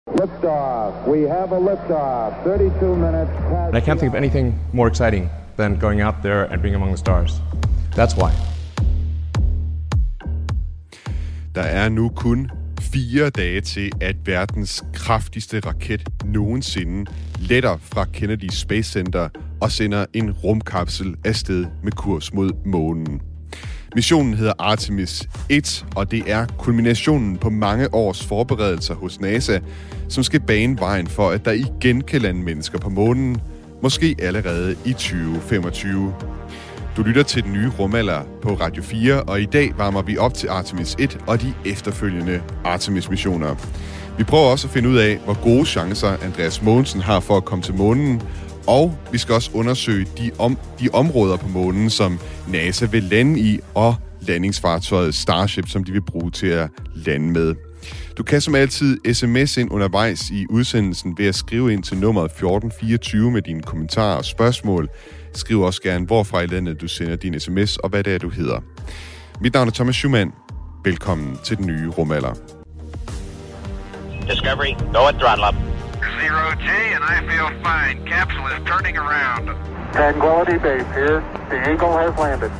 Liftoff. We have a liftoff. 32 minutes past. And I can't think of anything more exciting than going out there and being among the stars. That's why. Der er nu kun 4 dage til, at verdens kraftigste raket nogensinde letter fra Kennedy Space Center og sender en rumkapsel afsted med kurs mod månen. Missionen hedder Artemis 1, og det er kulminationen på mange års forberedelser hos NASA, som skal bane vejen for, at der igen kan lande mennesker på månen, måske allerede i 2025. Du lytter til den nye rumalder på Radio 4, og i dag varmer vi op til Artemis 1 og de efterfølgende Artemis-missioner. Vi prøver også at finde ud af, hvor gode chancer Andreas Mogensen har for at komme til månen, og vi skal også undersøge de områder på månen, som NASA vil lande i, og landingsfartøjet Starship, som de vil bruge til at lande med. Du kan som altid sms ind undervejs i udsendelsen ved at skrive ind til nummeret 1424 med dine kommentarer og spørgsmål. Skriv også gerne, hvorfra i landet du sender din sms, og hvad det er, du hedder. Mit navn er Thomas Schumann. Velkommen til den nye rumalder. Discovery, go at throttle up. 0G, and I feel fine. Capsule is turning around. Tranquility Base here. The Eagle has landed.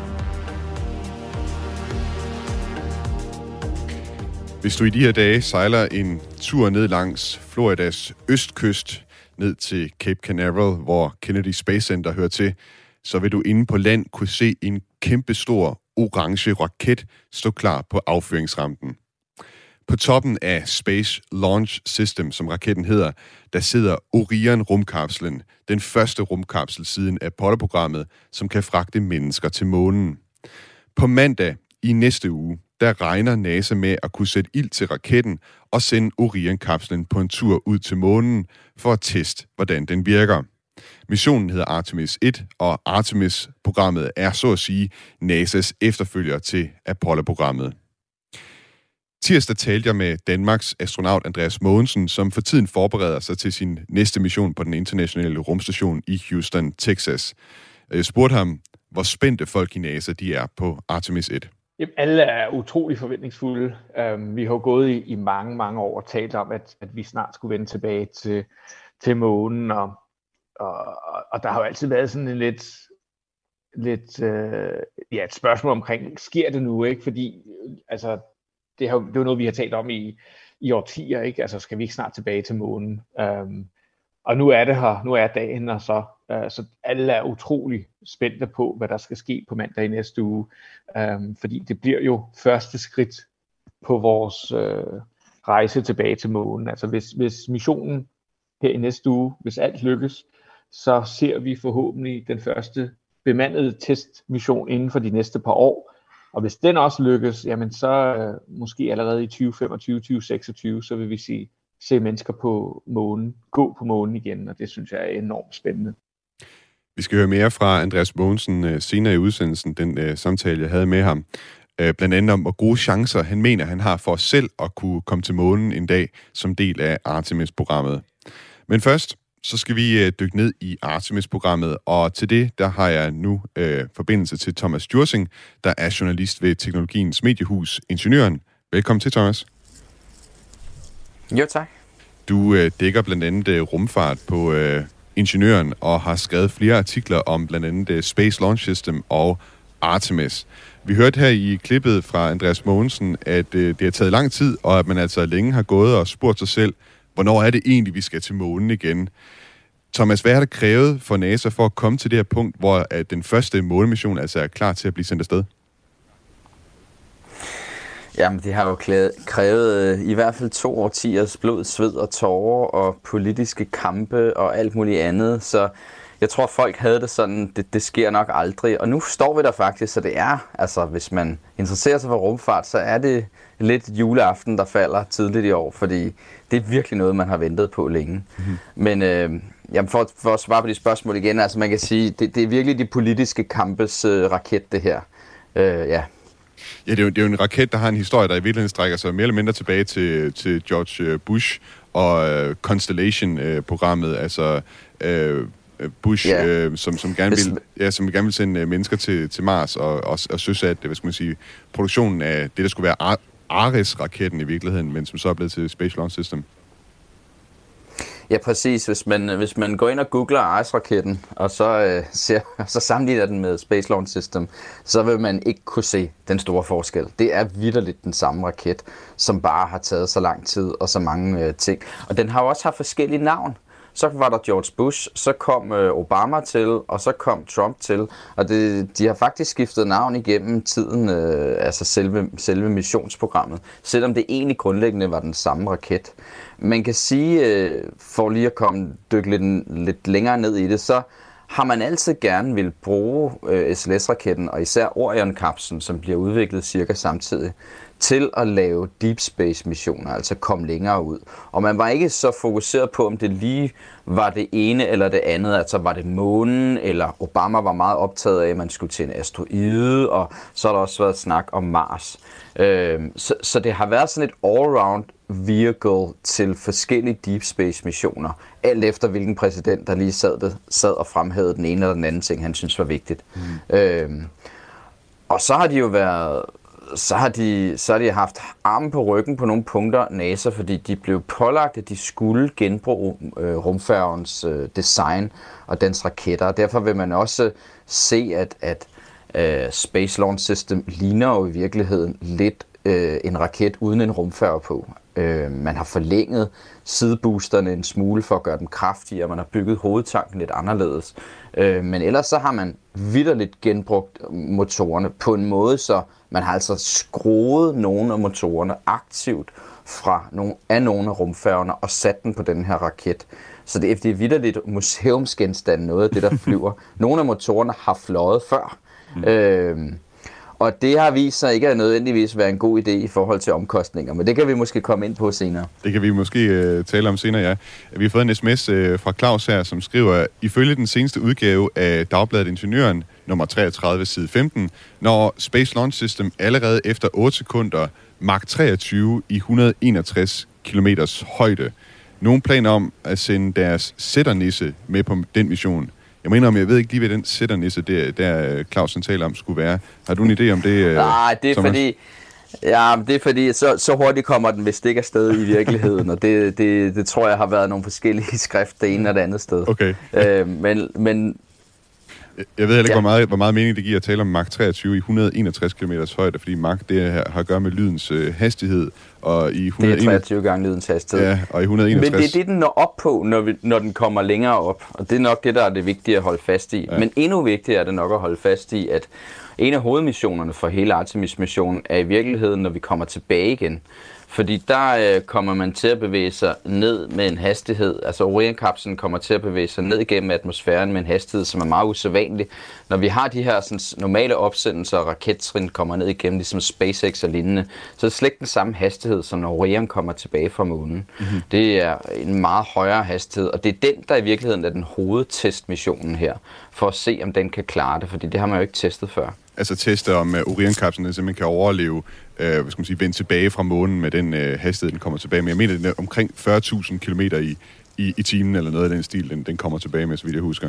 Hvis du i de her dage sejler en tur ned langs Floridas østkyst, ned til Cape Canaveral, hvor Kennedy Space Center hører til, så vil du inde på land kunne se en kæmpestor orange raket stå klar på affyringsrampen. På toppen af Space Launch System, som raketten hedder, der sidder Orion-rumkapslen, den første rumkapsel siden Apollo-programmet, som kan fragte mennesker til månen. På mandag i næste uge, der regner NASA med at kunne sætte ild til raketten og sende Orion-kapslen på en tur ud til månen for at teste, hvordan den virker. Missionen hedder Artemis 1, og Artemis-programmet er så at sige NASA's efterfølger til Apollo-programmet. Tirsdag talte jeg med Danmarks astronaut Andreas Mogensen, som for tiden forbereder sig til sin næste mission på den internationale rumstation i Houston, Texas. Jeg spurgte ham, hvor spændte folk i NASA de er på Artemis 1. Jamen, alle er utrolig forventningsfulde. Vi har jo gået i mange, mange år og talt om, at vi snart skulle vende tilbage til månen, og der har jo altid været sådan en lidt et spørgsmål omkring, sker det nu, ikke? Fordi altså, det er jo noget, vi har talt om i årtier, ikke? Altså, skal vi ikke snart tilbage til månen? Og nu er det her, nu er dagen, og så alle er utrolig spændte på, hvad der skal ske på mandag i næste uge. Fordi det bliver jo første skridt på vores rejse tilbage til månen. Altså hvis missionen her i næste uge, hvis alt lykkes, så ser vi forhåbentlig den første bemandede testmission inden for de næste par år. Og hvis den også lykkes, jamen så måske allerede i 2025-2026, så vil vi se mennesker på månen, gå på månen igen, og det synes jeg er enormt spændende. Vi skal høre mere fra Andreas Mogensen senere i udsendelsen, den samtale, jeg havde med ham. Blandt andet om, hvor gode chancer han mener, han har for selv at kunne komme til månen en dag som del af Artemis-programmet. Men først, så skal vi dykke ned i Artemis-programmet, og til det, der har jeg nu forbindelse til Thomas Djursing, der er journalist ved Teknologiens Mediehus Ingeniøren. Velkommen til, Thomas. Jo, tak. Du dækker blandt andet rumfart på Ingeniøren og har skrevet flere artikler om blandt andet Space Launch System og Artemis. Vi hørte her i klippet fra Andreas Mogensen, at det har taget lang tid, og at man altså længe har gået og spurgt sig selv, hvornår er det egentlig, vi skal til månen igen? Thomas, hvad har det krævet for NASA for at komme til det her punkt, hvor den første månemission altså er klar til at blive sendt afsted? Jamen, det har jo krævet i hvert fald 2 årtiers blod, sved og tårer og politiske kampe og alt muligt andet. Så jeg tror, folk havde det sådan, det sker nok aldrig. Og nu står vi der faktisk, så det er, altså hvis man interesserer sig for rumfart, så er det lidt juleaften, der falder tidligt i år, fordi det er virkelig noget, man har ventet på længe. Mm-hmm. Men jamen for at svare på de spørgsmål igen, altså man kan sige, det er virkelig de politiske kampes raket, det her. Ja. Ja, det er jo en raket, der har en historie, der i virkeligheden strækker sig mere eller mindre tilbage til George Bush og Constellation-programmet, altså Bush, som gerne vil sende mennesker til Mars og søsatte, hvad skal man sige, produktionen af det, der skulle være Ares-raketten i virkeligheden, men som så er blevet til Space Launch System. Ja, præcis. Hvis man går ind og googler Ares-raketten, og så sammenligner den med Space Launch System, så vil man ikke kunne se den store forskel. Det er vitterligt den samme raket, som bare har taget så lang tid og så mange ting. Og den har jo også haft forskellige navn. Så var der George Bush, så kom Obama til, og så kom Trump til. Og de har faktisk skiftet navn igennem tiden, altså selve missionsprogrammet, selvom det egentlig grundlæggende var den samme raket. Man kan sige, for lige at dykke lidt længere ned i det, så har man altid gerne vil bruge SLS-raketten, og især Orion-kapslen, som bliver udviklet cirka samtidig, til at lave deep space missioner, altså komme længere ud. Og man var ikke så fokuseret på, om det lige var det ene eller det andet, altså var det månen, eller Obama var meget optaget af, at man skulle til en asteroide, og så har der også været snak om Mars. Så det har været sådan et all-round vehicle til forskellige deep space missioner, alt efter hvilken præsident, der lige sad og fremhævede den ene eller den anden ting, han synes var vigtigt. Og så har de jo været... Så har de haft armen på ryggen på nogle punkter, NASA, fordi de blev pålagt, at de skulle genbruge rumfærgens design og dens raketter. Og derfor vil man også se, at Space Launch System ligner jo i virkeligheden lidt en raket uden en rumfærge på. Man har forlænget sideboosterne en smule for at gøre dem kraftigere, man har bygget hovedtanken lidt anderledes. Men ellers så har man vitterligt genbrugt motorerne på en måde, så man har altså skruet nogle af motorerne aktivt fra nogle af rumfærgerne og sat den på den her raket. Så det er vitterligt museumsgenstand, noget af det, der flyver. Nogle af motorerne har fløjet før. Og det har vist sig ikke at nødvendigvis være en god idé i forhold til omkostninger, men det kan vi måske komme ind på senere. Det kan vi måske tale om senere, ja. Vi har fået en sms fra Claus her, som skriver, ifølge den seneste udgave af Dagbladet Ingeniøren, nummer 33, side 15, når Space Launch System allerede efter 8 sekunder Mach 23 i 161 km højde. Nogle planer om at sende deres sætternisse med på den mission. Jeg ved ikke lige, hvad den sætternisse, der Clausen taler om, skulle være. Har du en idé om det? Nej, det er fordi, så hurtigt kommer den vist ikke afsted i virkeligheden, og det tror jeg har været nogle forskellige skrift det ene og det andet sted. Okay. Men jeg ved heller ikke, hvor meget mening det giver at tale om Mach 23 i 161 km højde, fordi Mach, det har at gøre med lydens hastighed, og i 161... Det er 23 gange lydens hastighed. Ja, og i 161... Men det er det, den når op på, når den kommer længere op, og det er nok det, der er det vigtige at holde fast i. Ja. Men endnu vigtigere er det nok at holde fast i, at en af hovedmissionerne for hele Artemis-missionen er i virkeligheden, når vi kommer tilbage igen. Fordi der kommer man til at bevæge sig ned med en hastighed, altså Orion-kapslen kommer til at bevæge sig ned igennem atmosfæren med en hastighed, som er meget usædvanlig. Når vi har de her sådan, normale opsendelser og rakettrin kommer ned igennem, ligesom SpaceX og lignende, så er det slet ikke den samme hastighed, som når Orion kommer tilbage fra månen. Mm-hmm. Det er en meget højere hastighed, og det er den, der i virkeligheden er den hovedtestmissionen her, for at se, om den kan klare det, fordi det har man jo ikke testet før. Altså teste om Orion-kapslen simpelthen kan overleve, vende tilbage fra månen med den hastighed, den kommer tilbage med. Jeg mener, den er omkring 40.000 km i timen, eller noget af den stil, den kommer tilbage med, så vidt jeg husker.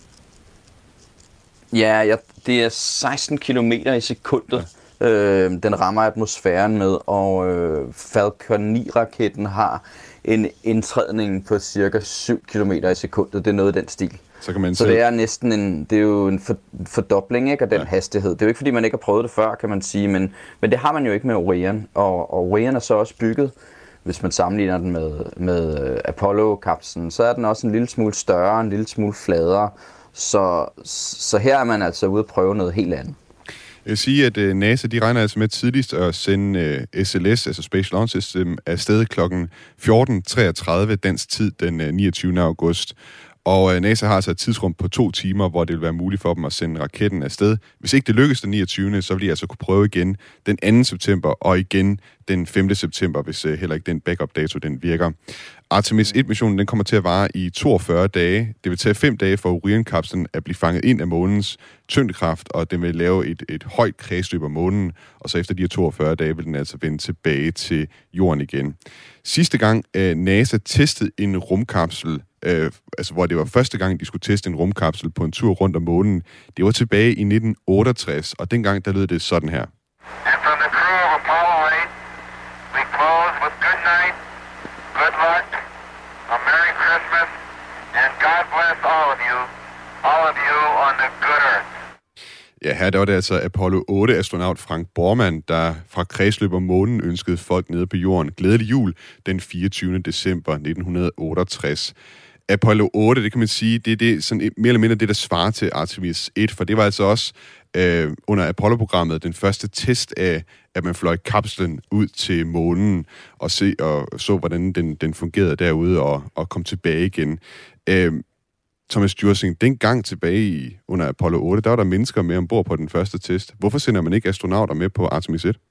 Ja, det er 16 km i sekundet, den rammer atmosfæren med, og Falcon 9-raketten har en indtrædning på cirka 7 km i sekundet. Det er noget af den stil. Så det er næsten det er jo en fordobling, ikke, af den hastighed. Det er jo ikke, fordi man ikke har prøvet det før, kan man sige, men det har man jo ikke med Orion. Og Orion er så også bygget, hvis man sammenligner den med Apollo-kapslen, så er den også en lille smule større, en lille smule fladere. Så her er man altså ude at prøve noget helt andet. Jeg vil sige, at NASA de regner altså med tidligst at sende SLS, altså Space Launch System, afsted kl. 14.33 dansk tid den 29. august. Og NASA har altså et tidsrum på 2 timer, hvor det vil være muligt for dem at sende raketten afsted. Hvis ikke det lykkes den 29., så vil de altså kunne prøve igen den 2. september og igen den 5. september, hvis heller ikke den backup-dato den virker. Artemis 1-missionen den kommer til at vare i 42 dage. Det vil tage 5 dage for Orion-kapslen at blive fanget ind af månens tyngdekraft, og den vil lave et højt kredsløb af månen, og så efter de her 42 dage vil den altså vende tilbage til jorden igen. Sidste gang NASA testede en rumkapsel, hvor det var første gang, de skulle teste en rumkapsel på en tur rundt om månen, det var tilbage i 1968, og dengang der lød det sådan her. And from the crew of Apollo 8, we close with good night, good luck, a Merry Christmas, her der var det altså Apollo 8-astronaut Frank Borman, der fra kredsløb om månen ønskede folk nede på jorden glædelig jul den 24. december 1968. Apollo 8, det kan man sige, det er det, sådan mere eller mindre det, der svarer til Artemis 1, for det var altså også under Apollo-programmet den første test af, at man fløj kapslen ud til månen og så hvordan den fungerede derude og kom tilbage igen. Thomas Djursing, dengang tilbage under Apollo 8, der var der mennesker med ombord på den første test. Hvorfor sender man ikke astronauter med på Artemis 1?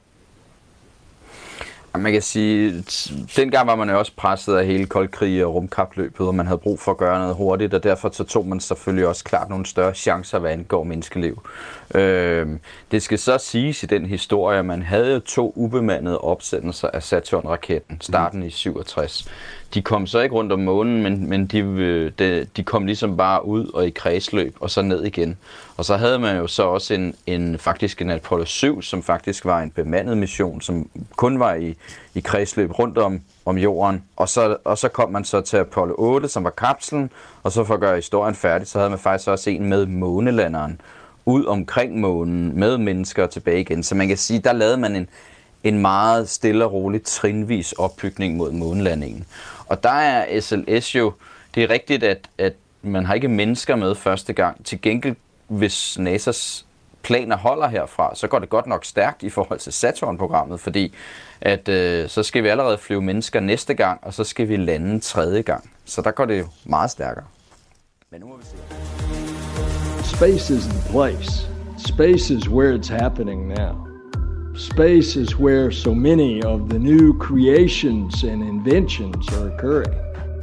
Man kan sige, dengang var man jo også presset af hele koldkrig og rumkapløbet, og man havde brug for at gøre noget hurtigt, og derfor så tog man selvfølgelig også klart nogle større chancer, hvad angår menneskeliv. Det skal så siges i den historie, at man havde jo 2 ubemandede opsendelser af Saturn-raketten, starten i 67. De kom så ikke rundt om månen, men de kom ligesom bare ud og i kredsløb, og så ned igen. Og så havde man jo så også faktisk en Apollo 7, som faktisk var en bemandet mission, som kun var i kredsløb rundt om jorden. Og så kom man så til Apollo 8, som var kapslen, og så for at gøre historien færdig, så havde man faktisk også en med månelanderen ud omkring månen med mennesker tilbage igen. Så man kan sige, der lavede man en meget stille og rolig trinvis opbygning mod månelandingen. Og der er SLS jo, det er rigtigt, at man har ikke mennesker med første gang. Til gengæld, hvis NASA's planer holder herfra, så går det godt nok stærkt i forhold til Saturn-programmet, fordi at så skal vi allerede flyve mennesker næste gang, og så skal vi lande tredje gang. Så der går det jo meget stærkere. Men nu må vi se. Space is the place. Space is where it's happening now. Space is where so many of the new creations and inventions are occurring.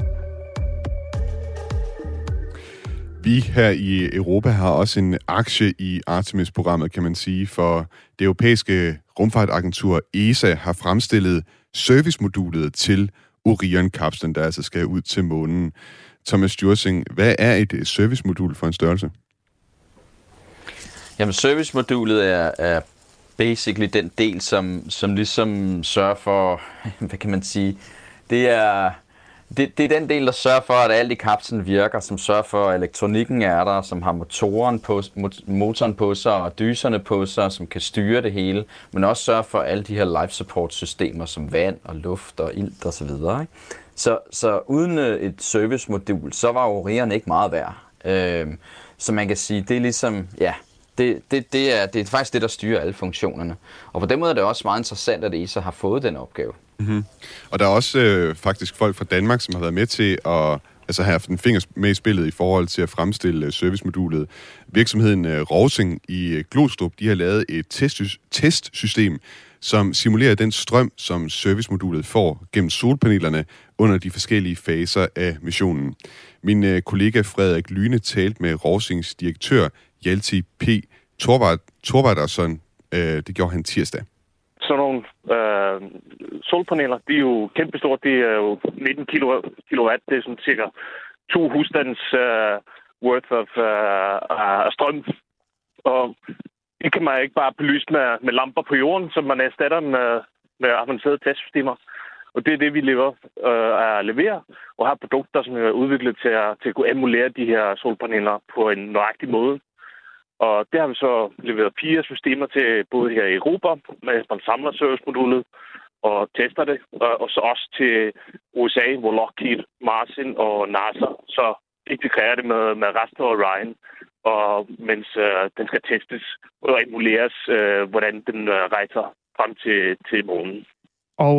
Vi her i Europa har også en aktie i Artemis-programmet, kan man sige, for det europæiske rumfartagentur ESA har fremstillet servicemodulet til Orion-kapslen, der altså skal ud til månen. Thomas Djursing, hvad er et servicemodul for en størrelse? Jamen, servicemodulet er basically den del, som ligesom sørger for, hvad kan man sige, det er den del, der sørger for, at alt i kapslen virker, som sørger for, at elektronikken er der, som har motoren på sig og dyserne på sig, som kan styre det hele, men også sørger for alle de her life support systemer, som vand og luft og ilt og så videre. Ikke? Så uden et servicemodul, så var Orion ikke meget værd. Så man kan sige, det er ligesom, ja, det er faktisk det, der styrer alle funktionerne. Og på den måde er det også meget interessant, at ESA har fået den opgave. Mm-hmm. Og der er også faktisk folk fra Danmark, som har været med til at have haft en finger med i spillet i forhold til at fremstille servicemodulet. Virksomheden Rovsing i Glostrup, de har lavet et testsystem, som simulerer den strøm, som servicemodulet får gennem solpanelerne under de forskellige faser af missionen. Min kollega Frederik Lyne talte med Rovsings direktør Hjalti P. Thorvardarsson. Det gjorde han tirsdag. Sådan nogle solpaneler, de er jo kæmpestore. Det er jo 19 kilowatt. Det er sådan cirka 2 husstands worth of strøm. Og det kan man ikke bare belyse med lamper på jorden, som man erstatter med avancerede testsystemer. Og det er det, vi leverer, og har produkter, som er udviklet til at kunne emulere de her solpaneler på en nøjagtig måde. Og det har vi så leveret 4 systemer til, både her i Europa, med man samler servicemodulet og tester det, og så også til USA, hvor Lockheed Martin og NASA så integrerer det med resten af Orion, og mens den skal testes og emuleres, hvordan den rejser frem til månen. Og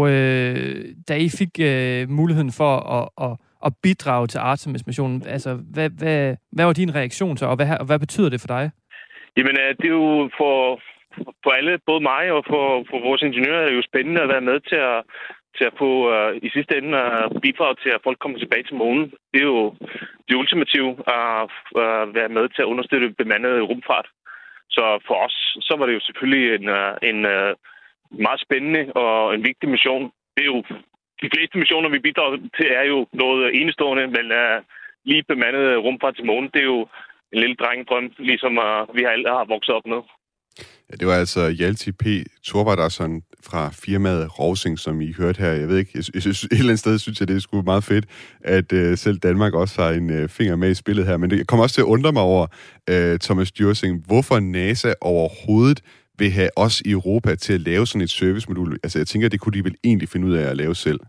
da I fik muligheden for at bidrage til Artemis-missionen, altså hvad var din reaktion så, og hvad betyder det for dig? Jamen, det er jo for alle, både mig og for vores ingeniører, er det jo spændende at være med til at få i sidste ende bidrage til, at folk kommer tilbage til månen. Det er jo det ultimative at være med til at understøtte bemandet rumfart. Så for os, så var det jo selvfølgelig en meget spændende og en vigtig mission. Det er jo de fleste missioner, vi bidrager til, er jo noget enestående, men lige bemandet rumfart til månen, det er jo en lille drengedrøm, ligesom vi alle har vokset op med. Ja, det var altså Hjalti P. Thorvardarson fra firmaet Rovsing, som I hørte her. Jeg ved ikke, jeg synes, et eller andet sted synes jeg, det er sgu meget fedt, at selv Danmark også har en finger med i spillet her. Men det kommer også til at undre mig over, Thomas Djursing, hvorfor NASA overhovedet vil have os i Europa til at lave sådan et servicemodul. Altså jeg tænker, det kunne de vel egentlig finde ud af at lave selv.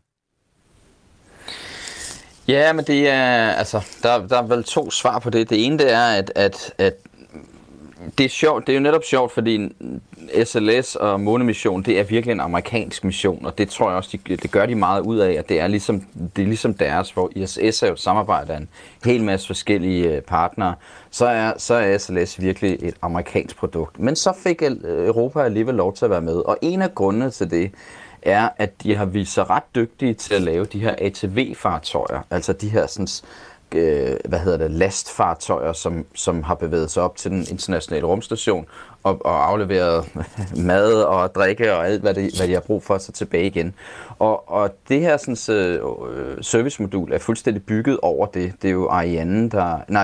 Ja, men det er, altså, der er vel 2 svar på det. Det ene, det er, at det er sjovt. Det er jo netop sjovt, fordi SLS og månemission, det er virkelig en amerikansk mission, og det tror jeg også, det gør de meget ud af, at det er ligesom deres, hvor ISS er jo et samarbejde af en hel masse forskellige partnere, så er SLS virkelig et amerikansk produkt. Men så fik Europa alligevel lov til at være med, og en af grundene til det er, at de har vist sig ret dygtige til at lave de her ATV-fartøjer, altså de her sådan, lastfartøjer, som har bevæget sig op til den internationale rumstation og afleveret mad og drikke og alt, hvad de har brug for, så tilbage igen. Og det her sådan, servicemodul er fuldstændig bygget over det. Det er jo Ariane,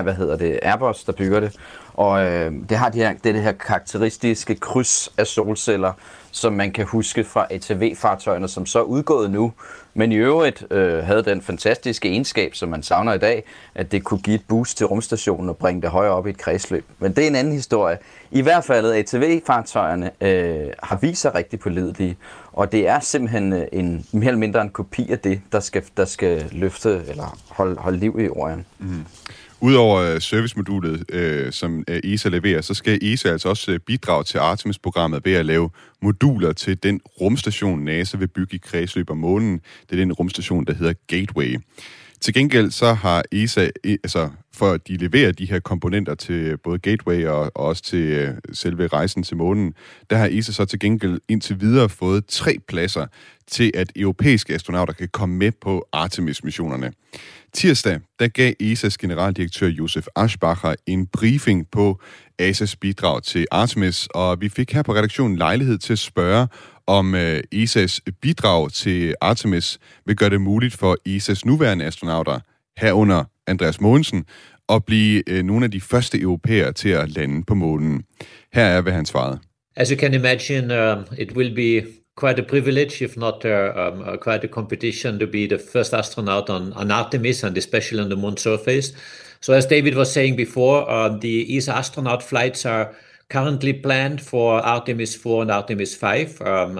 Airbus, der bygger det. Og det har det her karakteristiske kryds af solceller, som man kan huske fra ATV-fartøjerne, som så er udgået nu, men i øvrigt havde den fantastiske egenskab, som man savner i dag, at det kunne give et boost til rumstationen og bringe det højere op i et kredsløb. Men det er en anden historie. I hvert fald ATV-fartøjerne har vist sig rigtig pålidelige, og det er simpelthen en mere eller mindre en kopi af det, der skal løfte eller holde liv i Orion. Mm. Udover servicemodulet, som ESA leverer, så skal ESA altså også bidrage til Artemis-programmet ved at lave moduler til den rumstation, NASA vil bygge i kredsløb om månen. Det er den rumstation, der hedder Gateway. Til gengæld så har ESA, altså for at de leverer de her komponenter til både Gateway og også til selve rejsen til månen, der har ESA så til gengæld indtil videre fået 3 pladser til, at europæiske astronauter kan komme med på Artemis-missionerne. Tirsdag, der gav ESA's generaldirektør Josef Aschbacher en briefing på ESA's bidrag til Artemis, og vi fik her på redaktionen lejlighed til at spørge, om ESA's bidrag til Artemis vil gøre det muligt for ESA's nuværende astronauter, herunder Andreas Mogensen, at blive nogle af de første europæere til at lande på månen. Her er, hvad han svarede. As you can imagine, it will be quite a privilege, if not quite a competition, to be the first astronaut on Artemis, and especially on the moon surface. So as David was saying before, the ESA astronaut flights are currently planned for Artemis 4 and Artemis 5,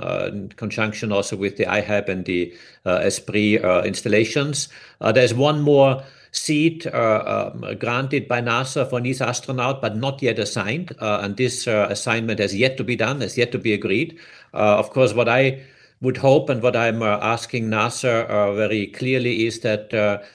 in conjunction also with the IHAB and the Esprit installations. There's one more seat granted by NASA for an ESA astronaut, but not yet assigned. And this assignment has yet to be done, has yet to be agreed. Of course, what I would hope and what I'm asking NASA very clearly is that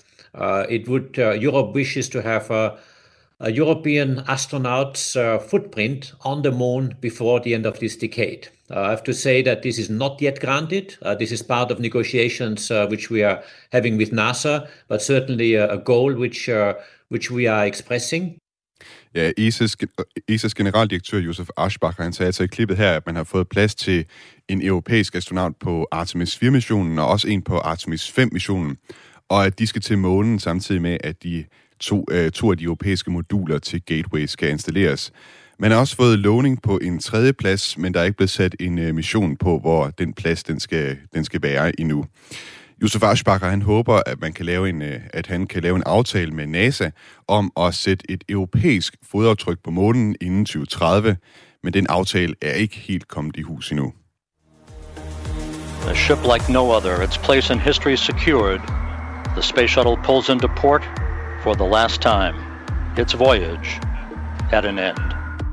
Europe wishes to have a European astronaut's footprint on the moon before the end of this decade. I have to say that this is not yet granted. This is part of negotiations which we are having with NASA, but certainly a goal which we are expressing. Ja, ESA's generaldirektør Josef Aschbacher, han sagde altså i klippet her, at man har fået plads til en europæisk astronaut på Artemis 4-missionen, og også en på Artemis 5-missionen, og at de skal til månen samtidig med, at de to af de europæiske moduler til Gateway skal installeres. Man har også fået lovning på en 3. plads, men der er ikke blevet sat en mission på, hvor den plads den skal være endnu. Josef Aschbacher, han håber, at han kan lave en aftale med NASA om at sætte et europæisk fodaftryk på månen inden 2030, men den aftale er ikke helt kommet i hus endnu. A ship like no other, its place in history secured. The space shuttle pulls into port for the last time. Its voyage at an end.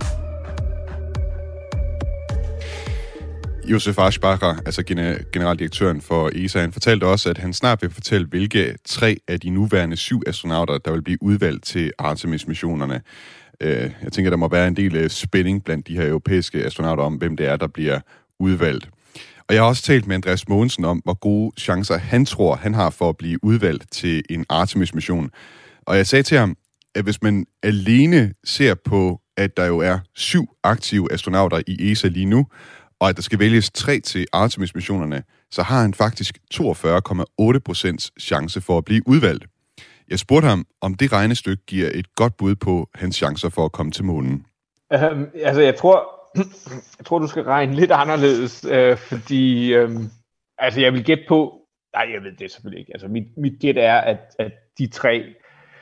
Josef Aschbacher, altså generaldirektøren for ESA, han fortalte også, at han snart vil fortælle, hvilke 3 af de nuværende 7 astronauter, der vil blive udvalgt til Artemis-missionerne. Jeg tænker, der må være en del spænding blandt de her europæiske astronauter om, hvem det er, der bliver udvalgt. Og jeg har også talt med Andreas Mogensen om, hvor gode chancer han tror, han har for at blive udvalgt til en Artemis-mission. Og jeg sagde til ham, at hvis man alene ser på, at der jo er 7 aktive astronauter i ESA lige nu, og at der skal vælges 3 til Artemis-missionerne, så har han faktisk 42,8% chance for at blive udvalgt. Jeg spurgte ham, om det regnestykke giver et godt bud på hans chancer for at komme til månen. Altså, jeg tror, du skal regne lidt anderledes, fordi altså jeg vil gætte på, nej, jeg ved det selvfølgelig ikke. Altså mit gæt er, at de 3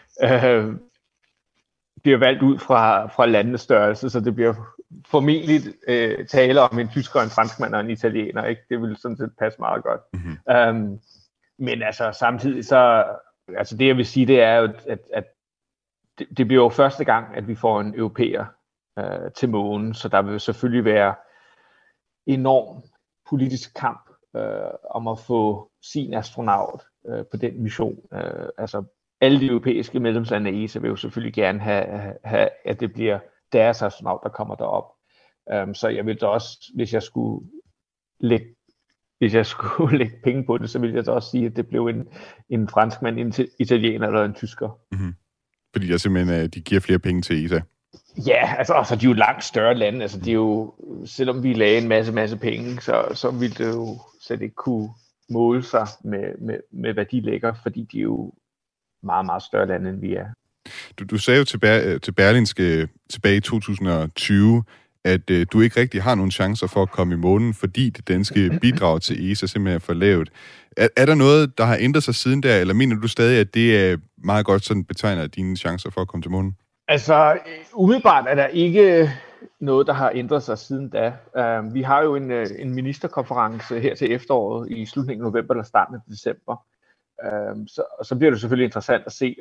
bliver valgt ud fra landenes størrelse, så det bliver formentlig tale om en tysker, en franskmand og en italiener, ikke? Det vil sådan set passe meget godt. Mm-hmm. Men altså samtidig så, altså det jeg vil sige, det er jo, at det bliver jo første gang, at vi får en europæer til månen, så der vil selvfølgelig være enorm politisk kamp om at få sin astronaut på den mission. Altså alle de europæiske medlemslande af ESA vil jo selvfølgelig gerne have at det bliver deres astronaut, der kommer derop. Så jeg vil da også, hvis jeg skulle lægge penge på det, så ville jeg da også sige, at det blev en franskmand, en italiener eller en tysker. Mm-hmm. Fordi der simpelthen de giver flere penge til ESA. Ja, altså de er jo langt større lande. Altså de er jo, selvom vi lagde en masse penge, så ville det jo slet ikke kunne måle sig med hvad de lægger, fordi de er jo meget, meget større lande, end vi er. Du sagde jo til Berlingske tilbage i 2020, at du ikke rigtig har nogen chancer for at komme i månen, fordi det danske bidrag til ESA simpelthen er for lavt. Er der noget, der har ændret sig siden der, eller mener du stadig, at det er meget godt sådan betegner dine chancer for at komme til månen? Altså, umiddelbart er der ikke noget, der har ændret sig siden da. Vi har jo en ministerkonference her til efteråret i slutningen af november eller starten af december. Så bliver det selvfølgelig interessant at se,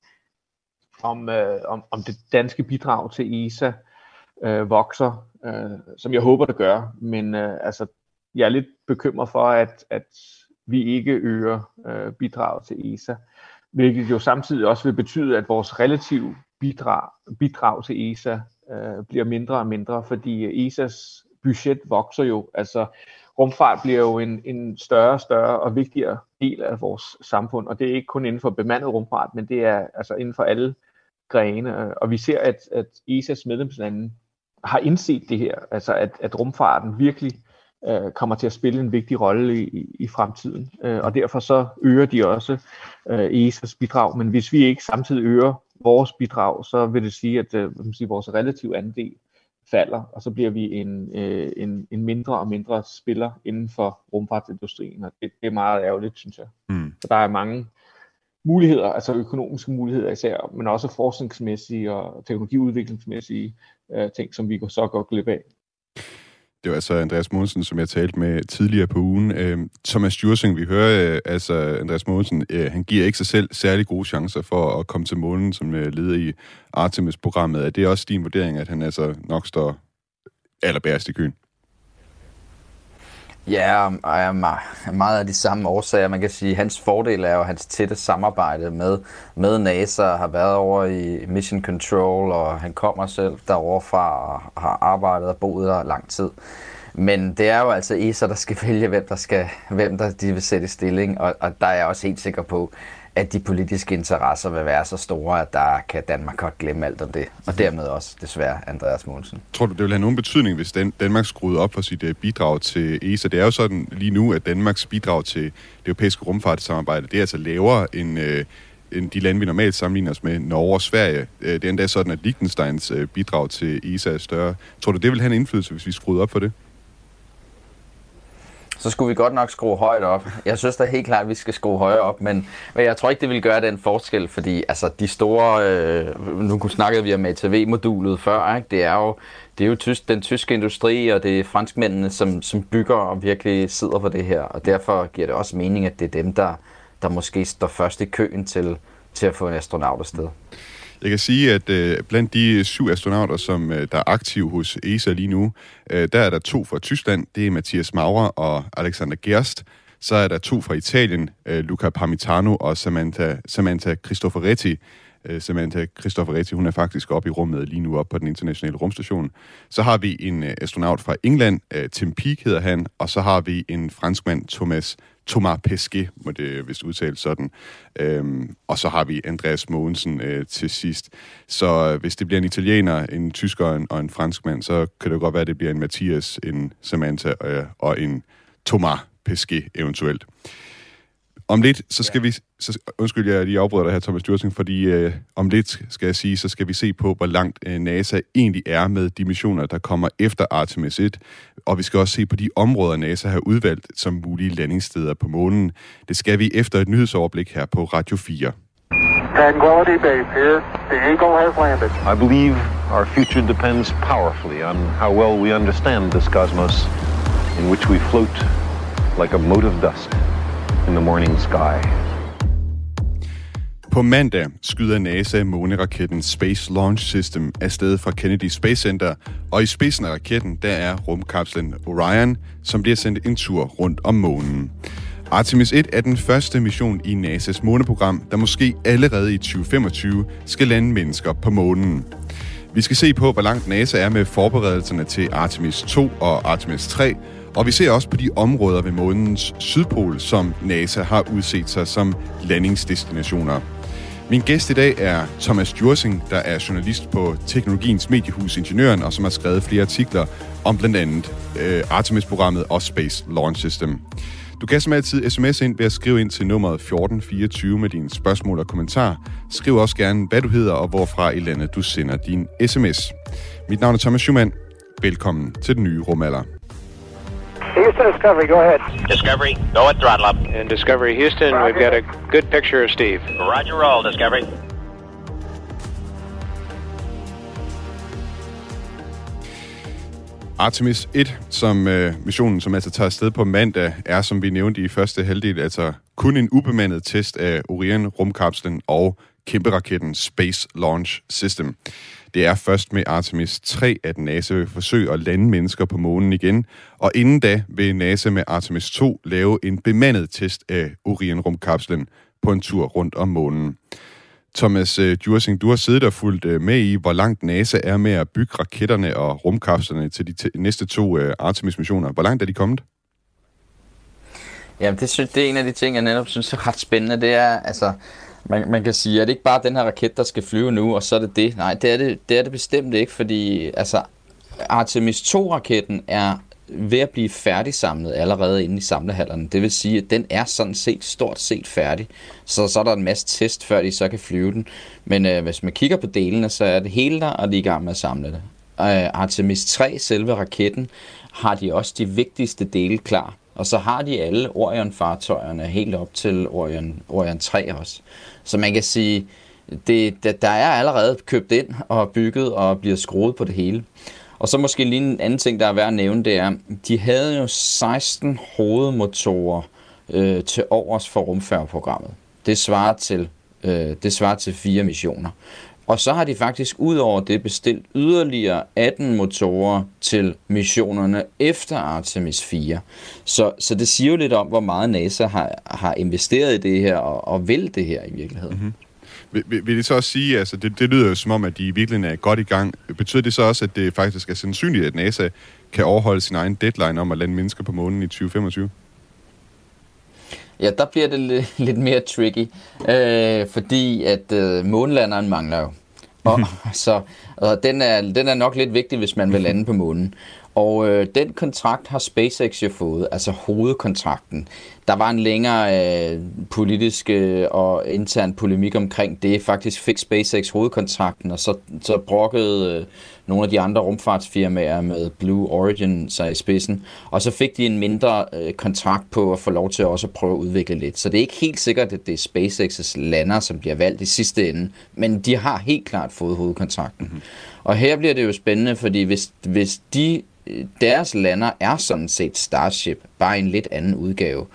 om det danske bidrag til ESA vokser, som jeg håber, det gør. Men altså, jeg er lidt bekymret for, at vi ikke øger bidrag til ESA, hvilket jo samtidig også vil betyde, at vores relative bidrag til ESA bliver mindre og mindre, fordi ESAs budget vokser jo. Altså rumfart bliver jo en større og vigtigere del af vores samfund, og det er ikke kun inden for bemandet rumfart, men det er altså inden for alle grene. Og vi ser, at ESAs medlemslande har indset det her, altså at rumfarten virkelig kommer til at spille en vigtig rolle i fremtiden. Og derfor så øger de også ESAs bidrag. Men hvis vi ikke samtidig øger vores bidrag, så vil det sige, at vores relative andel falder, og så bliver vi en mindre og mindre spiller inden for rumfartsindustrien. Og det er meget ærgerligt, synes jeg. Mm. Så der er mange muligheder, altså økonomiske muligheder især, men også forskningsmæssige og teknologiudviklingsmæssige ting, som vi så går glip af. Det var altså Andreas Mogensen, som jeg talte med tidligere på ugen. Thomas Djursing, vi hører, altså Andreas Mogensen, han giver ikke sig selv særlig gode chancer for at komme til månen som leder i Artemis-programmet. Er det også din vurdering, at han altså nok står allerbærest i køen? Ja, og meget af de samme årsager. Man kan sige, at hans fordel er jo hans tætte samarbejde med NASA, har været over i Mission Control, og han kommer selv derovre fra og har arbejdet og boet der lang tid. Men det er jo altså ESA, der skal vælge, hvem de vil sætte i stilling, og der er jeg også helt sikker på, at de politiske interesser vil være så store, at der kan Danmark godt glemme alt om det. Og dermed også, desværre, Andreas Mogensen. Tror du, det vil have nogen betydning, hvis Danmark skruede op for sit bidrag til ESA? Det er jo sådan lige nu, at Danmarks bidrag til det europæiske rumfartssamarbejde, det er altså lavere end de lande, vi normalt sammenligner os med, Norge og Sverige. Det er endda sådan, at Liechtensteins bidrag til ESA er større. Tror du, det vil have en indflydelse, hvis vi skruede op for det? Så skulle vi godt nok skrue højt op. Jeg synes da helt klart, at vi skal skrue højere op, men jeg tror ikke, det vil gøre den forskel, fordi altså de store, nu snakkede vi om ATV-modulet før, ikke? Det er jo den tyske industri, og det er franskmændene, som bygger og virkelig sidder på det her, og derfor giver det også mening, at det er dem, der måske står først i køen til at få en astronaut afsted. Jeg kan sige, at blandt de 7 astronauter, som der er aktive hos ESA lige nu, der er der 2 fra Tyskland. Det er Mathias Maurer og Alexander Gerst. Så er der 2 fra Italien, Luca Parmitano og Samantha Cristoforetti. Samantha Cristoforetti, hun er faktisk oppe i rummet lige nu, op på den internationale rumstation. Så har vi en astronaut fra England, Tim Peake hedder han, og så har vi en franskmand, Thomas Pesquet, må det vist udtales sådan. Og så har vi Andreas Mogensen til sidst. Så hvis det bliver en italiener, en tysker og en franskmand, så kan det godt være, at det bliver en Mathias, en Samantha og en Thomas Pesquet eventuelt. Om lidt, så skal vi... undskyld, jeg lige afbryder dig her, Thomas Djursing, fordi om lidt, skal jeg sige, så skal vi se på, hvor langt NASA egentlig er med de missioner, der kommer efter Artemis 1. Og vi skal også se på de områder, NASA har udvalgt som mulige landingssteder på månen. Det skal vi efter et nyhedsoverblik her på Radio 4. Tranquility Base here. The Eagle has landed. I believe our future depends powerfully on how well we understand this cosmos in which we float like a mote of dust in the morning sky. På mandag skyder NASA måneraketten Space Launch System afsted fra Kennedy Space Center, og i spidsen af raketten, der er rumkapslen Orion, som bliver sendt en tur rundt om månen. Artemis 1 er den første mission i NASA's måneprogram, der måske allerede i 2025 skal lande mennesker på månen. Vi skal se på, hvor langt NASA er med forberedelserne til Artemis 2 og Artemis 3, og vi ser også på de områder ved månens sydpol, som NASA har udset sig som landingsdestinationer. Min gæst i dag er Thomas Djursing, der er journalist på Teknologiens Mediehus Ingeniøren, og som har skrevet flere artikler om blandt andet Artemis-programmet og Space Launch System. Du kan som altid sms ind ved at skrive ind til nummeret 1424 med dine spørgsmål og kommentarer. Skriv også gerne, hvad du hedder og hvorfra i landet du sender din sms. Mit navn er Thomas Schumann. Velkommen til den nye rumalder. Houston Discovery, go ahead. Discovery, go at throttle up. And Discovery Houston, we've got a good picture of Steve. Roger, roll, Discovery. Artemis 1, som missionen, som altså tager afsted på mandag, er, som vi nævnte i første halvdel, altså kun en ubemandet test af Orion-rumkapslen og kæmperaketten Space Launch System. Det er først med Artemis 3, at NASA vil forsøge at lande mennesker på månen igen, og inden da vil NASA med Artemis 2 lave en bemandet test af Orion-rumkapslen på en tur rundt om månen. Thomas Djursing, du har siddet og fulgt med i, hvor langt NASA er med at bygge raketterne og rumkapslerne til de næste 2 Artemis-missioner. Hvor langt er de kommet? Jamen, det er en af de ting, jeg netop synes er ret spændende. Det er, altså, man kan sige, at det ikke bare den her raket, der skal flyve nu, og så er det det. Nej, det er det bestemt ikke, fordi altså, Artemis 2-raketten er ved at blive færdigsamlet allerede inde i samlehallerne. Det vil sige, at den er sådan set stort set færdig. Så er der en masse test, før de så kan flyve den. Men hvis man kigger på delene, så er det hele der, og de er i gang med at samle det. Artemis 3, selve raketten, har de også de vigtigste dele klar. Og så har de alle Orion-fartøjerne helt op til Orion 3 også. Så man kan sige, der er allerede købt ind og bygget og bliver skruet på det hele. Og så måske lige en anden ting, der er værd at nævne, det er, de havde jo 16 hovedmotorer til overs for rumfærgeprogrammet. Det svarer til 4 missioner. Og så har de faktisk ud over det bestilt yderligere 18 motorer til missionerne efter Artemis 4. Så det siger jo lidt om, hvor meget NASA har investeret i det her og vil det her i virkeligheden. Mm-hmm. Vil det så også sige, altså det lyder jo som om, at de virkelig er godt i gang. Betyder det så også, at det faktisk er sandsynligt, at NASA kan overholde sin egen deadline om at lande mennesker på månen i 2025? Ja, der bliver det lidt mere tricky, fordi at månelanderen mangler jo. Og den er nok lidt vigtig, hvis man vil lande på månen. Og den kontrakt har SpaceX jo fået, altså hovedkontrakten. Der var en længere politisk og intern polemik omkring det. Faktisk fik SpaceX hovedkontrakten, og så brokkede nogle af de andre rumfartsfirmaer med Blue Origin sig i spidsen. Og så fik de en mindre kontrakt på at få lov til også at prøve at udvikle lidt. Så det er ikke helt sikkert, at det er SpaceX's lander, som bliver valgt i sidste ende. Men de har helt klart fået hovedkontrakten. Mm-hmm. Og her bliver det jo spændende, fordi hvis deres lander er sådan set Starship, bare en lidt anden udgave.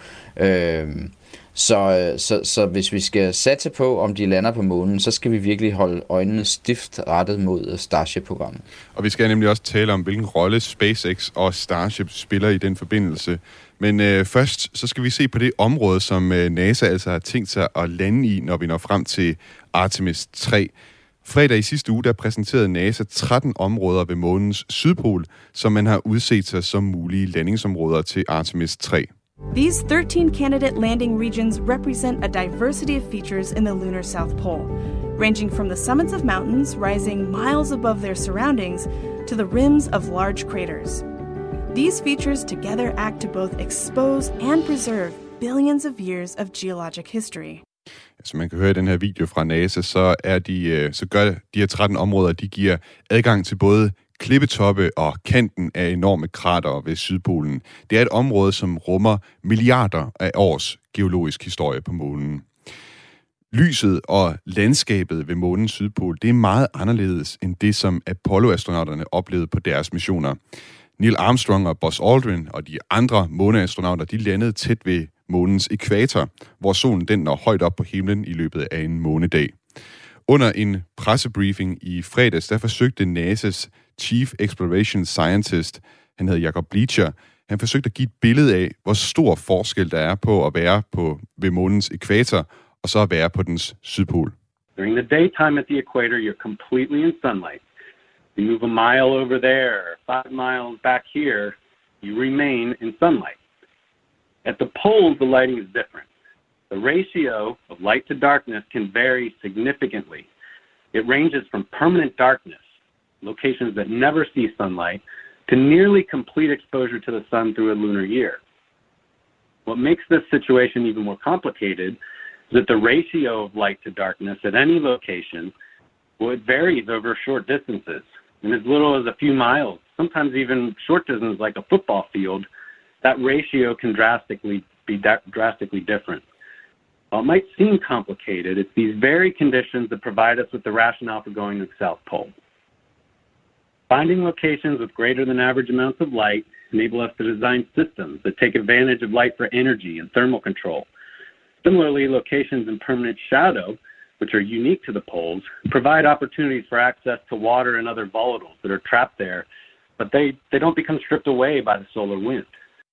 Så hvis vi skal satse på, om de lander på månen, så skal vi virkelig holde øjnene stift rettet mod Starship-programmet. Og vi skal nemlig også tale om, hvilken rolle SpaceX og Starship spiller i den forbindelse. Men først så skal vi se på det område, som NASA altså har tænkt sig at lande i, når vi når frem til Artemis 3. Fredag i sidste uge, der præsenterede NASA 13 områder ved månens sydpol, som man har udset sig som mulige landingsområder til Artemis 3. These 13 candidate landing regions represent a diversity of features in the lunar South Pole, ranging from the summits of mountains rising miles above their surroundings to the rims of large craters. These features together act to both expose and preserve billions of years of geologic history. Som man kan høre i den her video fra NASA, så gør de her 13 områder, de giver adgang til både klippetoppe og kanten af enorme kratere ved Sydpolen. Det er et område, som rummer milliarder af års geologisk historie på månen. Lyset og landskabet ved månens sydpol, det er meget anderledes end det, som Apollo-astronauterne oplevede på deres missioner. Neil Armstrong og Buzz Aldrin og de andre måneastronauter, de landede tæt ved månens ekvator, hvor solen den når højt op på himlen i løbet af en månedag. Under en pressebriefing i fredags, der forsøgte NASA's Chief Exploration Scientist, han hedder Jacob Bleacher, han forsøgte at give et billede af, hvor stor forskel der er på at være ved månens ekvator, og så at være på dens sydpol. During the daytime at the equator, you're completely in sunlight. You move a mile over there, 5 miles back here, you remain in sunlight. At the poles, the lighting is different. The ratio of light to darkness can vary significantly. It ranges from permanent darkness, locations that never see sunlight, to nearly complete exposure to the sun through a lunar year. What makes this situation even more complicated is that the ratio of light to darkness at any location, well, it varies over short distances. And as little as a few miles, sometimes even short distance like a football field, that ratio can be drastically different. While it might seem complicated, it's these very conditions that provide us with the rationale for going to the South Pole. Finding locations with greater than average amounts of light enable us to design systems that take advantage of light for energy and thermal control. Similarly, locations in permanent shadow, which are unique to the poles, provide opportunities for access to water and other volatiles that are trapped there, but they don't become stripped away by the solar wind.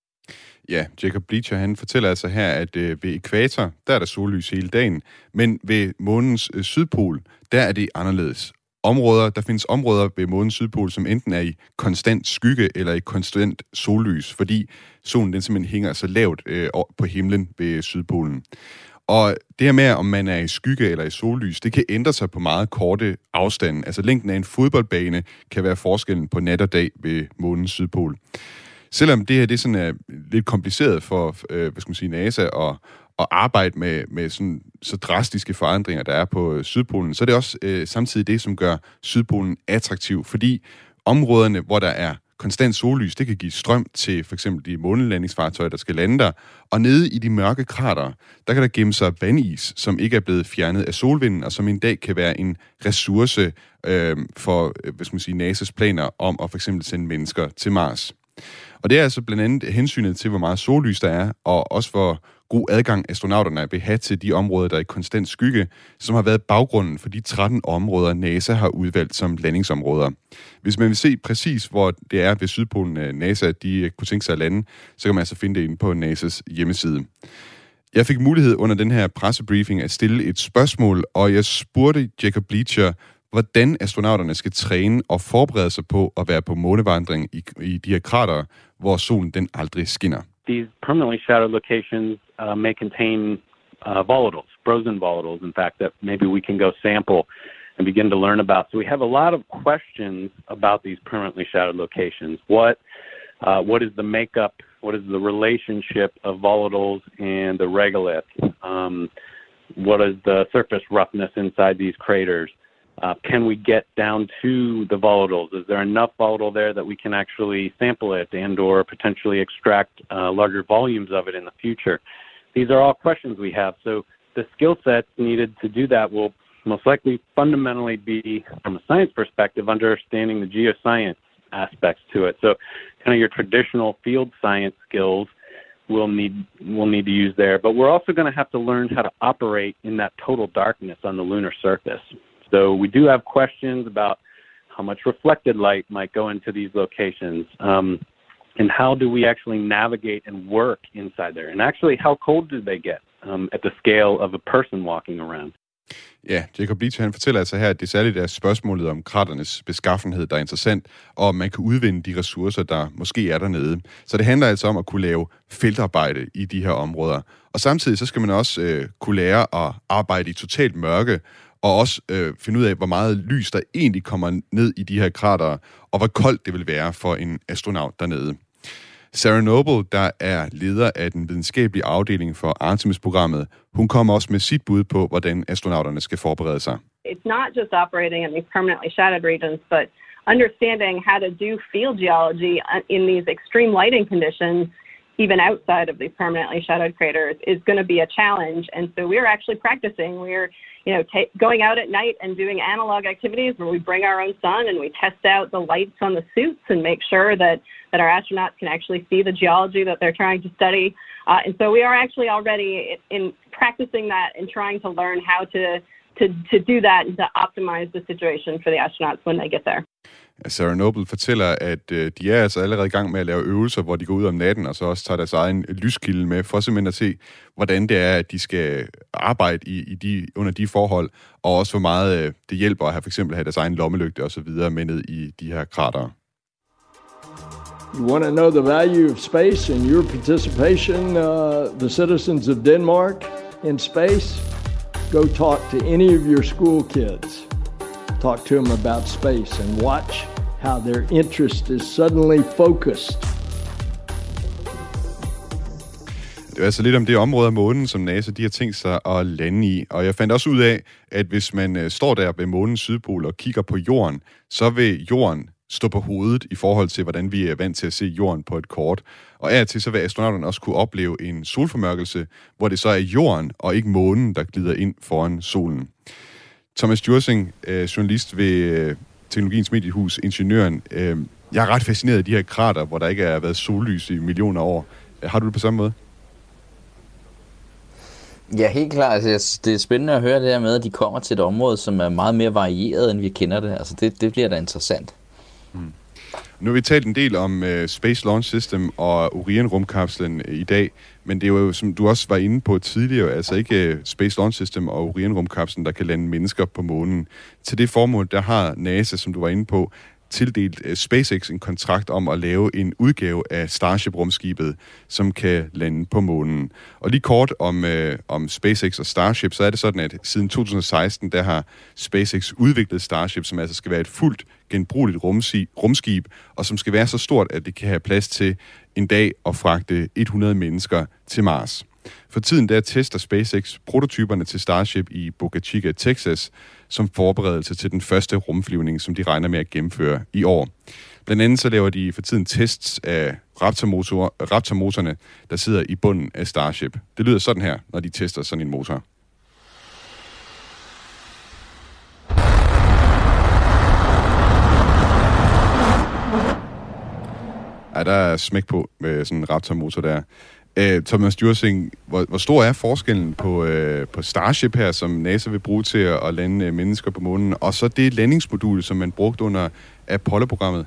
Ja, Jacob Bleacher, han fortæller altså her, at ved ekvator, der er der sollys hele dagen, men ved månens sydpol, der er det anderledes. Der findes områder ved månens sydpol, som enten er i konstant skygge eller i konstant sollys, fordi solen den simpelthen hænger så lavt på himlen ved sydpolen. Og det her med, om man er i skygge eller i sollys, det kan ændre sig på meget korte afstande. Altså længden af en fodboldbane kan være forskellen på nat og dag ved månens sydpol. Selvom det her det sådan er lidt kompliceret for NASA at arbejde med sådan, så drastiske forandringer, der er på Sydpolen, så er det også samtidig det, som gør Sydpolen attraktiv, fordi områderne, hvor der er konstant sollys, det kan give strøm til for eksempel de månelandingsfartøjer, der skal lande der, og nede i de mørke kratere, der kan der gemme sig vandis, som ikke er blevet fjernet af solvinden, og som en dag kan være en ressource for NASA's planer om at for eksempel sende mennesker til Mars. Og det er altså blandt andet hensynet til, hvor meget sollys der er, og også hvor god adgang astronauterne vil have til de områder, der er i konstant skygge, som har været baggrunden for de 13 områder, NASA har udvalgt som landingsområder. Hvis man vil se præcis, hvor det er ved Sydpolen, NASA de kunne tænke sig at lande, så kan man altså finde det inde på NASA's hjemmeside. Jeg fik mulighed under den her pressebriefing at stille et spørgsmål, og jeg spurgte Jacob Bleacher, hvordan astronauterne skal træne og forberede sig på at være på månevandring i de her kratere, hvor solen den aldrig skinner. These permanently shadowed locations may contain volatiles, frozen volatiles, in fact, that maybe we can go sample and begin to learn about. So we have a lot of questions about these permanently shadowed locations. What is the makeup? What is the relationship of volatiles and the regolith? What is the surface roughness inside these craters? Can we get down to the volatiles? Is there enough volatile there that we can actually sample it and or potentially extract larger volumes of it in the future? These are all questions we have. So the skill sets needed to do that will most likely fundamentally be, from a science perspective, understanding the geoscience aspects to it. So kind of your traditional field science skills we'll need to use there. But we're also going to have to learn how to operate in that total darkness on the lunar surface. So we do have questions about how much reflected light might go into these locations, and how do we actually navigate and work inside there? And actually, how cold do they get at the scale of a person walking around? Ja, Jacob Bleacher, han fortæller altså her, at det særligt er spørgsmålet om kraternes beskaffenhed, der er interessant, og om man kan udvinde de ressourcer, der måske er dernede. Så det handler altså om at kunne lave feltarbejde i de her områder. Og samtidig så skal man også kunne lære at arbejde i totalt mørke, og også finde ud af, hvor meget lys der egentlig kommer ned i de her kratere, og hvor koldt det vil være for en astronaut dernede. Sarah Noble, der er leder af den videnskabelige afdeling for Artemis-programmet, hun kommer også med sit bud på, hvordan astronauterne skal forberede sig. It's not just operating in these permanently shadowed regions, but understanding how to do field geology in these extreme lighting conditions, even outside of these permanently shadowed craters, is going to be a challenge. And so we're actually practicing. We're, going out at night and doing analog activities where we bring our own sun and we test out the lights on the suits and make sure that our astronauts can actually see the geology that they're trying to study. And so we are actually already in practicing that and trying to learn how to do that and to optimize the situation for the astronauts when they get there. Sarah Noble fortæller, at de er altså allerede i gang med at lave øvelser, hvor de går ud om natten, og så også tager deres egen lyskilde med, for simpelthen at se, hvordan det er, at de skal arbejde under de forhold, og også hvor meget det hjælper at have for eksempel have deres egen lommelygte og så videre med ned i de her kratere. You want to know the value of space and your participation, the citizens of Denmark, in space? Go talk to any of your school kids. Talk to them about space and watch how their interest is suddenly focused. Det er altså lidt om det område af månen, som NASA de har tænkt sig at lande i. Og jeg fandt også ud af, at hvis man står der ved månens sydpol og kigger på jorden, så vil jorden stå på hovedet i forhold til, hvordan vi er vant til at se jorden på et kort. Og af og til så vil astronauterne også kunne opleve en solformørkelse, hvor det så er jorden og ikke månen, der glider ind foran solen. Thomas Djursing, journalist ved Teknologiens Mediehus, ingeniøren. Jeg er ret fascineret af de her krater, hvor der ikke har været sollys i millioner år. Har du det på samme måde? Ja, helt klart. Altså, det er spændende at høre det her med, at de kommer til et område, som er meget mere varieret, end vi kender det. Altså, det bliver da interessant. Nu har vi talt en del om Space Launch System og Orion-rumkapslen i dag, men det er jo, som du også var inde på tidligere, altså ikke Space Launch System og Orion-rumkapslen, der kan lande mennesker på månen. Til det formål, der har NASA, som du var inde på, tildelt SpaceX en kontrakt om at lave en udgave af Starship-rumskibet, som kan lande på månen. Og lige kort om SpaceX og Starship, så er det sådan, at siden 2016, der har SpaceX udviklet Starship, som altså skal være et fuldt genbrugeligt rumskib, og som skal være så stort, at det kan have plads til en dag at fragte 100 mennesker til Mars. For tiden der tester SpaceX prototyperne til Starship i Boca Chica, Texas, som forberedelse til den første rumflyvning, som de regner med at gennemføre i år. Blandt andet så laver de for tiden tests af Raptor-motorerne, der sidder i bunden af Starship. Det lyder sådan her, når de tester sådan en motor. Ja, der er smæk på med sådan en Raptor-motor der. Thomas Djursing, hvor stor er forskellen på Starship her, som NASA vil bruge til at lande mennesker på månen, og så det landingsmodul, som man brugte under Apollo-programmet?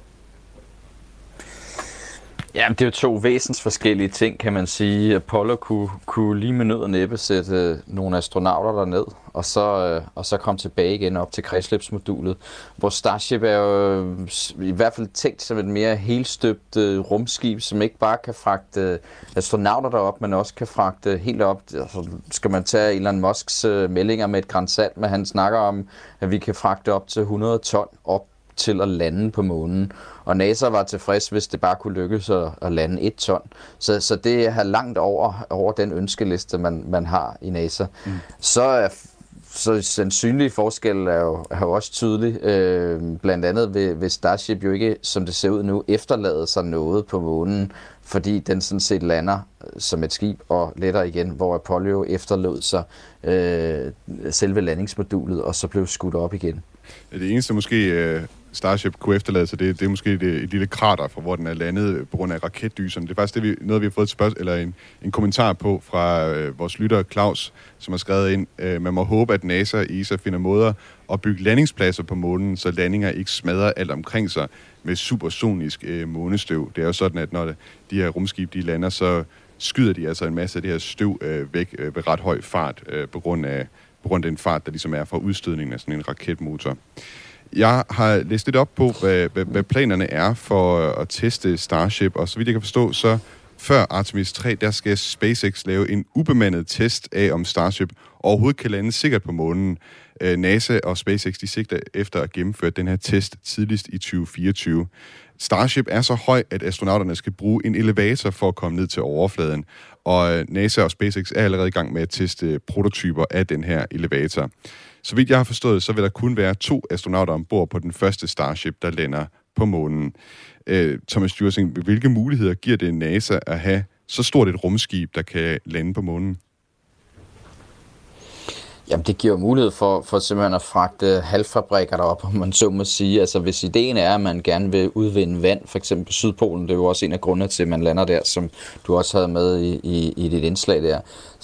Ja, det er jo to væsensforskellige ting, kan man sige. Apollo kunne lige med nød og næppe sætte nogle astronauter derned, og så komme tilbage igen op til kredsløbsmodulet. Hvor Starship er jo i hvert fald tænkt som et mere helstøbt rumskib, som ikke bare kan fragte astronauter derop, men også kan fragte helt op. Altså, skal man tage Elon Musks meldinger med et gran salt, men han snakker om, at vi kan fragte op til 100 ton op til at lande på månen. Og NASA var tilfreds, hvis det bare kunne lykkes at lande 1 ton. Så det er langt over den ønskeliste, man har i NASA. Så sandsynlige forskel er jo også tydelig. Blandt andet vil Starship jo ikke, som det ser ud nu, efterlade sig noget på månen, fordi den sådan set lander som et skib og letter igen, hvor Apollo efterlod sig selve landingsmodulet, og så blev skudt op igen. Det eneste måske Starship kunne efterlade sig, det er måske et lille krater, fra hvor den er landet på grund af raketdyserne. Det er faktisk noget, vi har fået en kommentar på fra vores lytter Claus, som har skrevet ind. Man må håbe, at NASA og ESA finder måder at bygge landingspladser på månen, så landinger ikke smadrer alt omkring sig med supersonisk månestøv. Det er jo sådan, at når de her rumskib de lander, så skyder de altså en masse af det her støv væk ved ret høj fart på grund af den fart, der ligesom er fra udstødningen af sådan en raketmotor. Jeg har læst lidt op på, hvad planerne er for at teste Starship, og så vidt jeg kan forstå, så før Artemis 3, der skal SpaceX lave en ubemandet test af, om Starship overhovedet kan lande sikkert på månen. NASA og SpaceX, de sigter efter at gennemføre den her test tidligst i 2024. Starship er så høj, at astronauterne skal bruge en elevator for at komme ned til overfladen. Og NASA og SpaceX er allerede i gang med at teste prototyper af den her elevator. Så vidt jeg har forstået, så vil der kun være 2 astronauter ombord på den første Starship, der lander på månen. Thomas Djursing, hvilke muligheder giver det NASA at have så stort et rumskib, der kan lande på månen? Jamen, det giver mulighed for simpelthen at fragte halvfabrikker derop, om man så må sige. Altså, hvis ideen er, at man gerne vil udvinde vand, for eksempel på Sydpolen, det er jo også en af grundene til, at man lander der, som du også havde med i dit indslag der,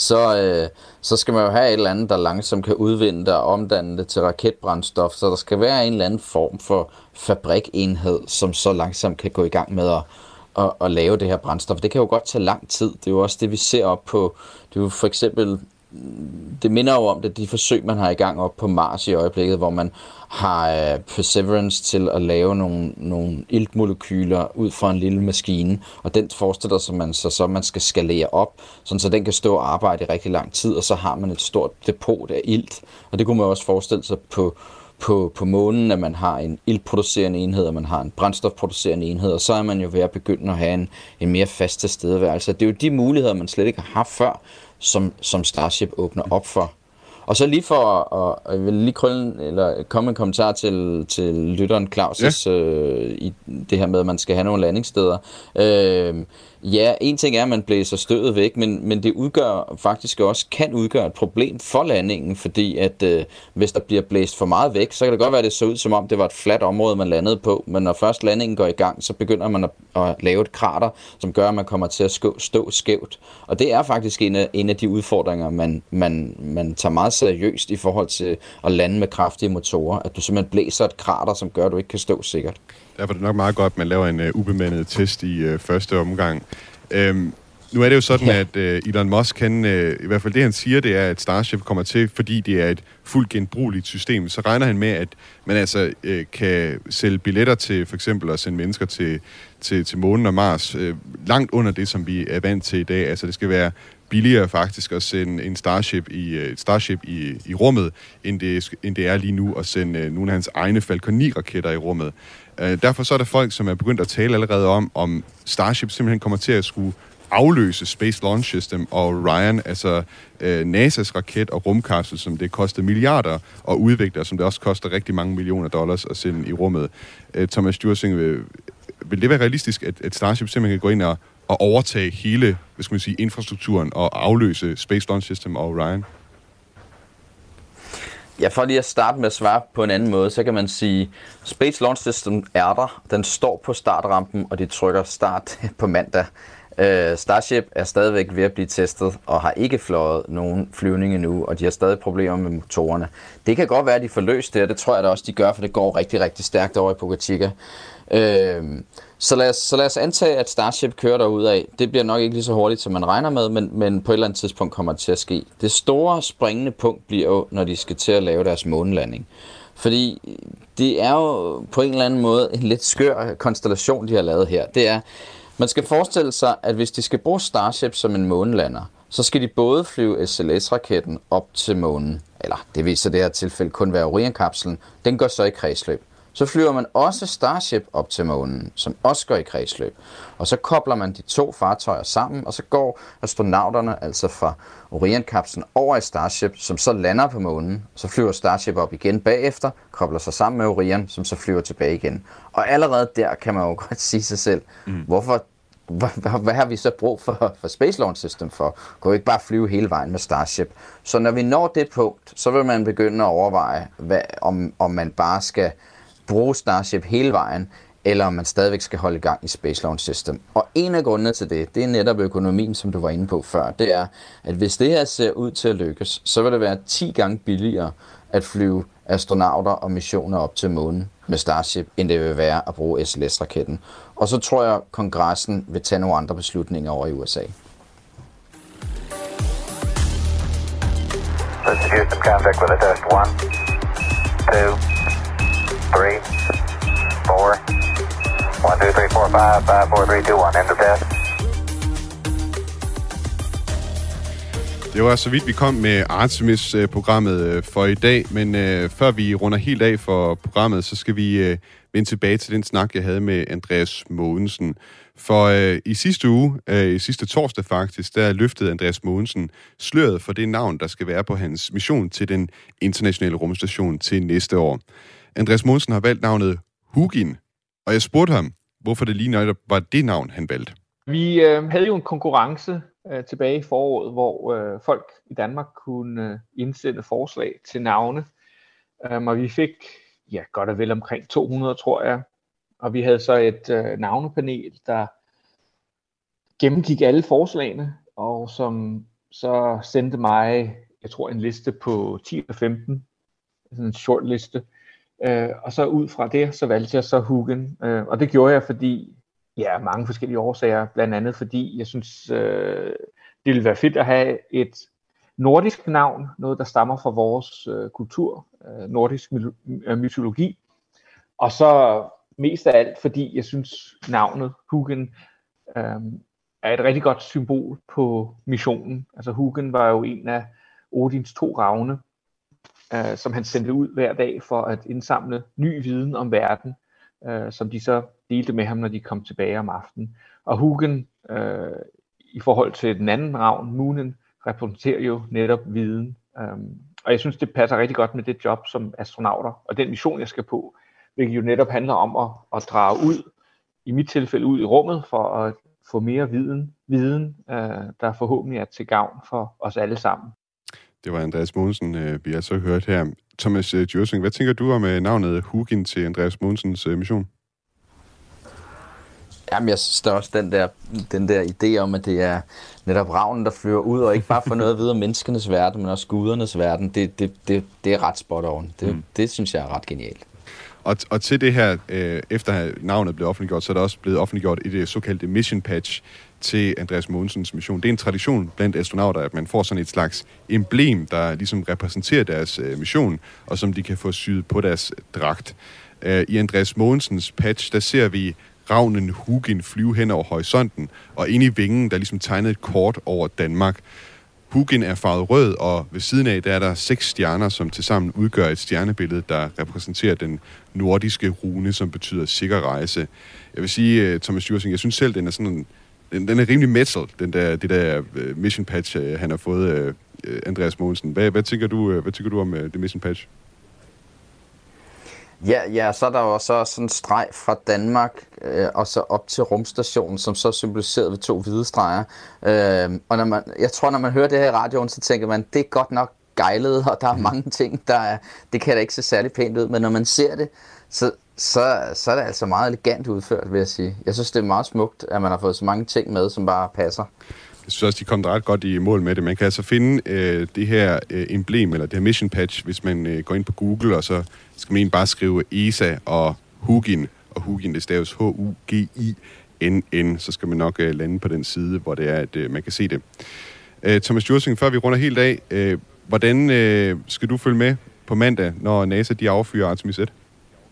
så skal man jo have et eller andet, der langsomt kan udvinde det og omdanne det til raketbrændstof, så der skal være en eller anden form for fabrikenhed, som så langsomt kan gå i gang med at lave det her brændstof. Det kan jo godt tage lang tid. Det er jo også det, vi ser op på. Det er jo for eksempel, det minder jo om det, de forsøg, man har i gang op på Mars i øjeblikket, hvor man har Perseverance til at lave nogle iltmolekyler ud fra en lille maskine, og den forestiller sig man så man skal skalere op, sådan så den kan stå og arbejde i rigtig lang tid, og så har man et stort depot af ilt, og det kunne man også forestille sig på månen, at man har en iltproducerende enhed, og man har en brændstofproducerende enhed, og så er man jo ved at begynde at have en mere fast tilstedeværelse. Det er jo de muligheder, man slet ikke har haft før, som Starship åbner op for. Og så lige for at jeg vil lige komme en kommentar til lytteren Claus' i det her med, at man skal have nogle landingssteder. Ja, en ting er, at man blæser støvet væk, men det kan udgøre et problem for landingen, fordi at hvis der bliver blæst for meget væk, så kan det godt være, at det så ud, som om det var et fladt område, man landede på, men når først landingen går i gang, så begynder man at lave et krater, som gør, at man kommer til at stå skævt. Og det er faktisk en af de udfordringer, man tager meget seriøst i forhold til at lande med kraftige motorer, at du simpelthen blæser et krater, som gør, at du ikke kan stå sikkert. Derfor er det nok meget godt, at man laver en ubemandet test i første omgang. Nu er det jo sådan, at Elon Musk, i hvert fald det han siger, det er, at Starship kommer til, fordi det er et fuldt genbrugeligt system. Så regner han med, at man altså kan sælge billetter til for eksempel at sende mennesker til månen og Mars langt under det, som vi er vant til i dag. Altså det skal være billigere faktisk at sende en Starship i rummet, end det er lige nu at sende nogle af hans egne Falcon 9-raketter i rummet. Derfor så er der folk, som er begyndt at tale allerede om Starship simpelthen kommer til at skulle afløse Space Launch System og Orion, altså NASA's raket og rumkapsel, som det kostede milliarder at udvikle, og som det også koster rigtig mange millioner dollars at sende i rummet. Thomas Djursing, vil det være realistisk, at Starship simpelthen kan gå ind og overtage hele, infrastrukturen og afløse Space Launch System og Orion? Ja, for lige at starte med at svare på en anden måde, så kan man sige, Space Launch System er der, den står på startrampen, og de trykker start på mandag. Starship er stadigvæk ved at blive testet, og har ikke fløjet nogen flyvning endnu, og de har stadig problemer med motorerne. Det kan godt være, at de får løst det, og det tror jeg da også, de gør, for det går rigtig, rigtig stærkt over i Boca Chica. Så lad os antage, at Starship kører derudad. Det bliver nok ikke lige så hurtigt, som man regner med, men på et eller andet tidspunkt kommer det til at ske. Det store springende punkt bliver jo, når de skal til at lave deres månelanding. Fordi det er jo på en eller anden måde en lidt skør konstellation, de har lavet her. Det er, man skal forestille sig, at hvis de skal bruge Starship som en månelander, så skal de både flyve SLS-raketten op til månen, eller det vil så det her tilfælde kun være Orion-kapslen, den går så i kredsløb. Så flyver man også Starship op til månen, som også går i kredsløb. Og så kobler man de 2 fartøjer sammen, og så går astronauterne altså fra Orion-kapslen over i Starship, som så lander på månen. Så flyver Starship op igen bagefter, kobler sig sammen med Orion, som så flyver tilbage igen. Og allerede der kan man jo godt sige sig selv, hvad har vi så brug for Space Launch System for? Kan jo ikke bare flyve hele vejen med Starship. Så når vi når det punkt, så vil man begynde at overveje, om man bare skal bruge Starship hele vejen, eller om man stadigvæk skal holde i gang i Space Launch System. Og en af grundene til det er netop økonomien, som du var inde på før. Det er, at hvis det her ser ud til at lykkes, så vil det være 10 gange billigere at flyve astronauter og missioner op til månen med Starship, end det vil være at bruge SLS-raketten. Og så tror jeg, kongressen vil tage nogle andre beslutninger over i USA. Let's use some contact with a test. 1, 2, 3, 4, 1, 2, 3, 4, 5, 5, 4, 3, 2, 1, end of test. Det var så vidt vi kom med Artemis-programmet for i dag, men før vi runder helt af for programmet, så skal vi vende tilbage til den snak, jeg havde med Andreas Mogensen. For i sidste uge, sidste torsdag faktisk, der løftede Andreas Mogensen sløret for det navn, der skal være på hans mission til den internationale rumstation til næste år. Andreas Mogensen har valgt navnet Hugin, og jeg spurgte ham, hvorfor det lige netop var det navn, han valgte. Vi havde jo en konkurrence tilbage i foråret, hvor folk i Danmark kunne indsætte forslag til navne. Og vi fik godt og vel omkring 200, tror jeg. Og vi havde så et navnepanel, der gennemgik alle forslagene, og som så sendte mig, jeg tror, en liste på 10 eller 15, sådan en short liste. Og så ud fra det, så valgte jeg så Hugin. Og det gjorde jeg, fordi mange forskellige årsager, blandt andet fordi jeg synes, det ville være fedt at have et nordisk navn, noget der stammer fra vores kultur, nordisk mytologi, og så mest af alt, fordi jeg synes, navnet Hugin er et rigtig godt symbol på missionen. Altså Hugin var jo en af Odins 2 ravne, som han sendte ud hver dag for at indsamle ny viden om verden, som de så delte med ham, når de kom tilbage om aftenen. Og Hugin, i forhold til den anden ravn, Munin, repræsenterer jo netop viden. Og jeg synes, det passer rigtig godt med det job som astronauter, og den mission, jeg skal på, hvilket jo netop handler om at drage ud, i mit tilfælde ud i rummet, for at få mere viden, der forhåbentlig er til gavn for os alle sammen. Det var Andreas Mogensen, vi har så hørt her. Thomas Djursing, hvad tænker du om navnet Hugin til Andreas Mogensens mission? Jamen, jeg synes også, den der idé om, at det er netop ravnen, der flyver ud, og ikke bare får noget at vide om menneskenes verden, men også gudernes verden, det er ret spot on. Det synes jeg er ret genialt. Og til det her, efter navnet blev offentliggjort, så er der også blevet offentliggjort et såkaldte mission patch til Andreas Mogensens mission. Det er en tradition blandt astronauter, at man får sådan et slags emblem, der ligesom repræsenterer deres mission, og som de kan få syet på deres dragt. I Andreas Mogensens patch, der ser vi ravnen Hugin flyve hen over horisonten, og inde i vingen, der ligesom tegnet et kort over Danmark. Hugin er farvet rød, og ved siden af, der er der 6 stjerner, som tilsammen udgør et stjernebillede, der repræsenterer den nordiske rune, som betyder sikker rejse. Jeg vil sige, Thomas Djursing, jeg synes selv, den er sådan den er rimelig metal, det der mission patch, han har fået, Andreas Mogensen. Hvad tænker du om det mission patch? Ja, så er der jo også sådan en streg fra Danmark, og så op til rumstationen, som så er symboliseret ved 2 hvide streger. Og jeg tror, når man hører det her i radioen, så tænker man, det er godt nok gejlet, og der er mange ting, det kan da ikke se særlig pænt ud, men når man ser det, så er det altså meget elegant udført, vil jeg sige. Jeg synes, det er meget smukt, at man har fået så mange ting med, som bare passer. Jeg synes også, de kom ret godt i mål med det. Man kan altså finde det her emblem, eller det her mission patch, hvis man går ind på Google, og så skal man egentlig bare skrive ESA og Hugin, og Hugin, det staves Huginn, så skal man nok lande på den side, hvor det er, at man kan se det. Thomas Djursing, før vi runder helt af, hvordan skal du følge med på mandag, når NASA de affyrer Artemis 1?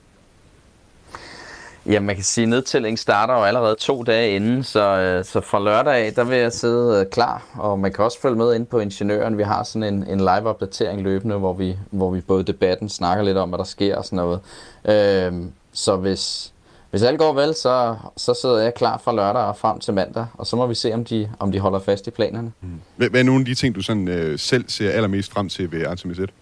Ja, man kan sige, at nedtællingen starter jo allerede 2 dage inden, så fra lørdag af, der vil jeg sidde klar, og man kan også følge med ind på Ingeniøren. Vi har sådan en live-opdatering løbende, hvor vi både debatten snakker lidt om, hvad der sker og sådan noget. Så hvis alt går vel, så sidder jeg klar fra lørdag og frem til mandag, og så må vi se, om de holder fast i planerne. Hvad er nogle af de ting, du sådan, selv ser allermest frem til ved Artemis 1?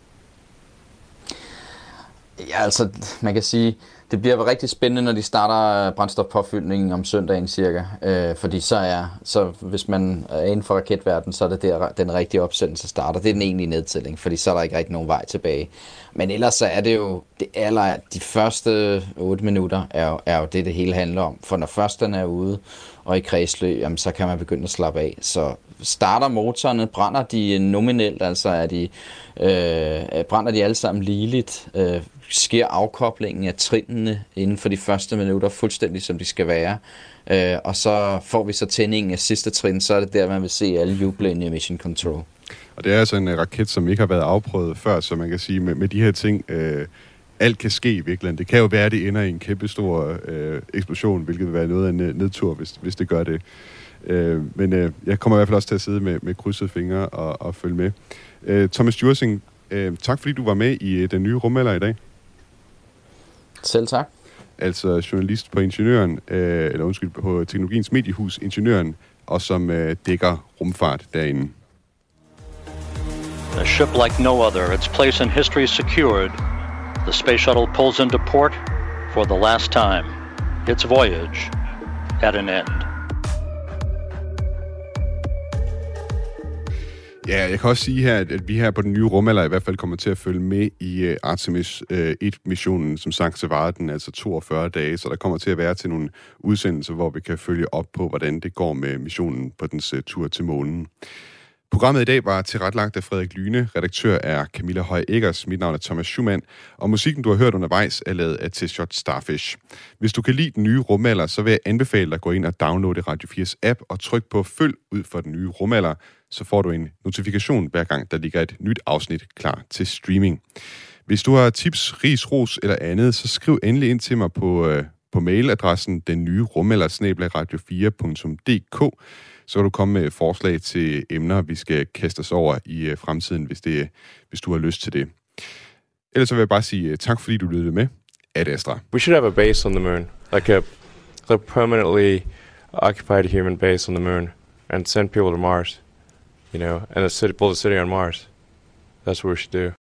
Ja, altså, man kan sige, det bliver rigtig spændende, når de starter brændstofpåfyldningen om søndagen cirka. Fordi så hvis man er inden for raketverdenen, så er det der, den rigtige opsendelse starter. Det er den egentlige nedtælling, fordi så er der ikke rigtig nogen vej tilbage. Men ellers så er det jo, de første 8 minutter er jo det hele handler om. For når først den er ude og i kredsløb, jamen, så kan man begynde at slappe af. Så starter motorerne, brænder de nominelt, altså brænder de alle sammen ligeligt, sker afkoblingen af trinene inden for de første minutter fuldstændig som de skal være, og så får vi så tændingen af sidste trin, så er det der, man vil se alle jublende i Mission Control. Og det er altså en raket, som ikke har været afprøvet før, så man kan sige, med de her ting, alt kan ske i virkeligheden. Det kan jo være, at det ender i en kæmpe stor eksplosion, hvilket vil være noget af en nedtur, hvis det gør det. Men jeg kommer i hvert fald også til at sidde med krydsede fingre og følge med. Thomas Djursing, tak fordi du var med i den nye rumalder i dag. Selv tak. Altså journalist på Ingeniøren, på Teknologiens Mediehus Ingeniøren, og som dækker rumfart derinde. A ship like no other, its place in history secured. The space shuttle pulls into port for the last time. Its voyage at an end. Ja, jeg kan også sige her, at vi her på den nye rumalder i hvert fald kommer til at følge med i Artemis 1-missionen. Som sagt, så varer den altså 42 dage, så der kommer til at være til nogle udsendelser, hvor vi kan følge op på, hvordan det går med missionen på dens tur til månen. Programmet i dag var tilrettelagt af Frederik Lyne, redaktør er Camilla Høj Eggers, mit navn er Thomas Schumann, og musikken, du har hørt undervejs, er lavet af T-Shot Starfish. Hvis du kan lide den nye rumalder, så vil jeg anbefale dig at gå ind og downloade Radio 4's app og tryk på følg ud for den nye rumalder, så får du en notifikation hver gang, der ligger et nyt afsnit klar til streaming. Hvis du har tips, ris, ros eller andet, så skriv endelig ind til mig på mailadressen dennyrumalder@radio4.dk. Så kan du komme med forslag til emner, vi skal kaste os over i fremtiden, hvis du har lyst til det. Ellers så vil jeg bare sige tak, fordi du lyttede med. Ad Astra. We should have a base on the moon, like a permanently occupied human base on the moon, and send people to Mars, and build a city on Mars. That's what we should do.